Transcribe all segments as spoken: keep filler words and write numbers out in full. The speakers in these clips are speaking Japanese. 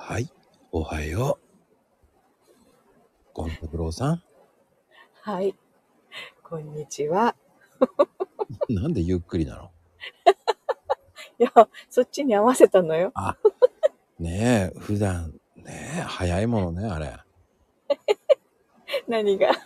はい、おはよう。ゴン太郎さん。 はい、こんにちは。 なんでゆっくりなの？ いや、そっちに合わせたのよ。 あ、ねえ、普段、ねえ、早いものね、あれ。 何が？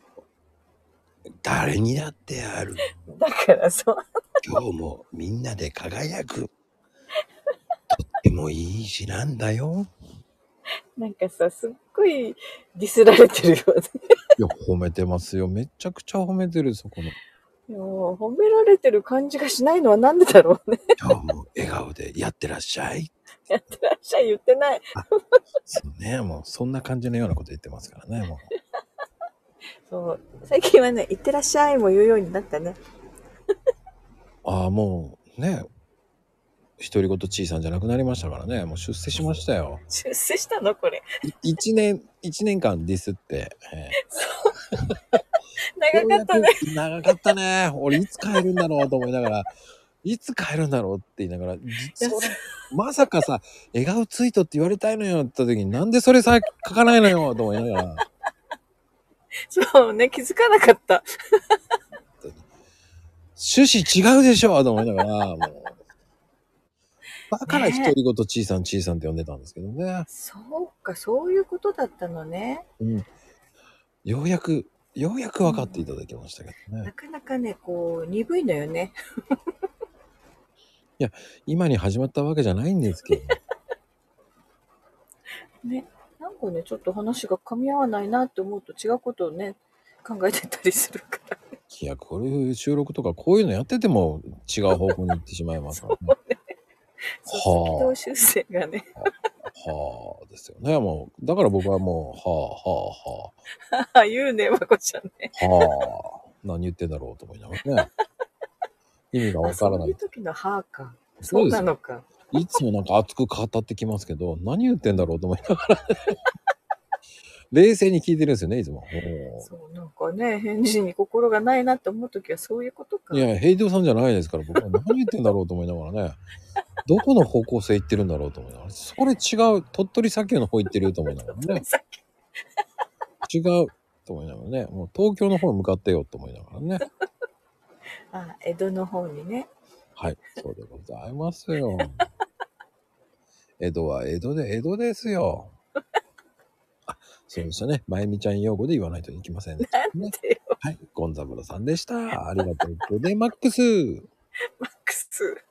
誰にだってある。 だからそう。 今日もみんなで輝く。とってもいい日なんだよ。 なんかさ、すっごいディスられてるよね。 いや、褒めてますよ。めちゃくちゃ褒めてる、そこの。 いや褒められてる感じがしないのはなんでだろうね。 今日も笑顔でやってらっしゃい。 やってらっしゃい言ってない。 あ、そうね、もうそんな感じのようなこと言ってますからね、もう。 そう、最近はね、いってらっしゃいも言うようになったね。 ああ、もうね、独り言ちいさんじゃなくなりましたからね。もう出世しましたよ。 出世したのこれ。 い一年、一年間ディスって、えそう。 ー、ようやく長かったね。 長かったね。俺いつ帰るんだろうと思いながら、いつ帰るんだろうって言いながら、じいや、 それ、まさかさ、笑顔ツイートって言われたいのよって言った時に、なんでそれさ、書かないのよと思いながら、 そうね、気づかなかった。 趣旨違うでしょと思いながら、もう。だから独ねえ。 り言ちいさんちいさんって呼んでたんですけどね。 そうか、そういうことだったのね。 うん。ようやく、ようやく分かっていうん、 ただきましたけどね。 なかなかね、こう、鈍いのよね。 いや、今に始まったわけじゃないんですけど。 ね、なんかね、ちょっと話が噛み合わないなって思うと違うことをね、考えてたりするから。 いや、こういう収録とかこういうのやってても違う方向に行ってしまいますからね。 そうね。そう、軌道は修正がね。 あ、はあ、はあですよね。もう、だから僕はもう、はあ、は言うね、まこちゃんね。 あ、はあ、はあ、何言ってんだろうと思いながらね。意味があ、 わからない。 そういう時のはーか。そうそうですよ。 なのか。 いつもなんか熱く語ってきますけど、何言ってんだろうと思いながら、冷静に聞いてるんですよね、いつも。ほそう、なんかね、返事に心がないなって思う時はそういうことか。 ういや、ヘイドさんじゃないですから、僕は何言ってんだろうと思いながらね。どこの方向性行ってるんだろうと思いながら。それ違う、鳥取砂丘の方行ってると思いながらね。 さっき。 違うと思いながらね。もう東京の方に向かってよと思いながらね。 あ、江戸の方にね。 はい、そうでございますよ。江戸は江戸で江戸ですよ。あ、そうでしたね。まゆみちゃん用語で言わないといけませんでしたね。 でよ、 はい、ゴンザブロさんでした。ありがとうございます。 マックス。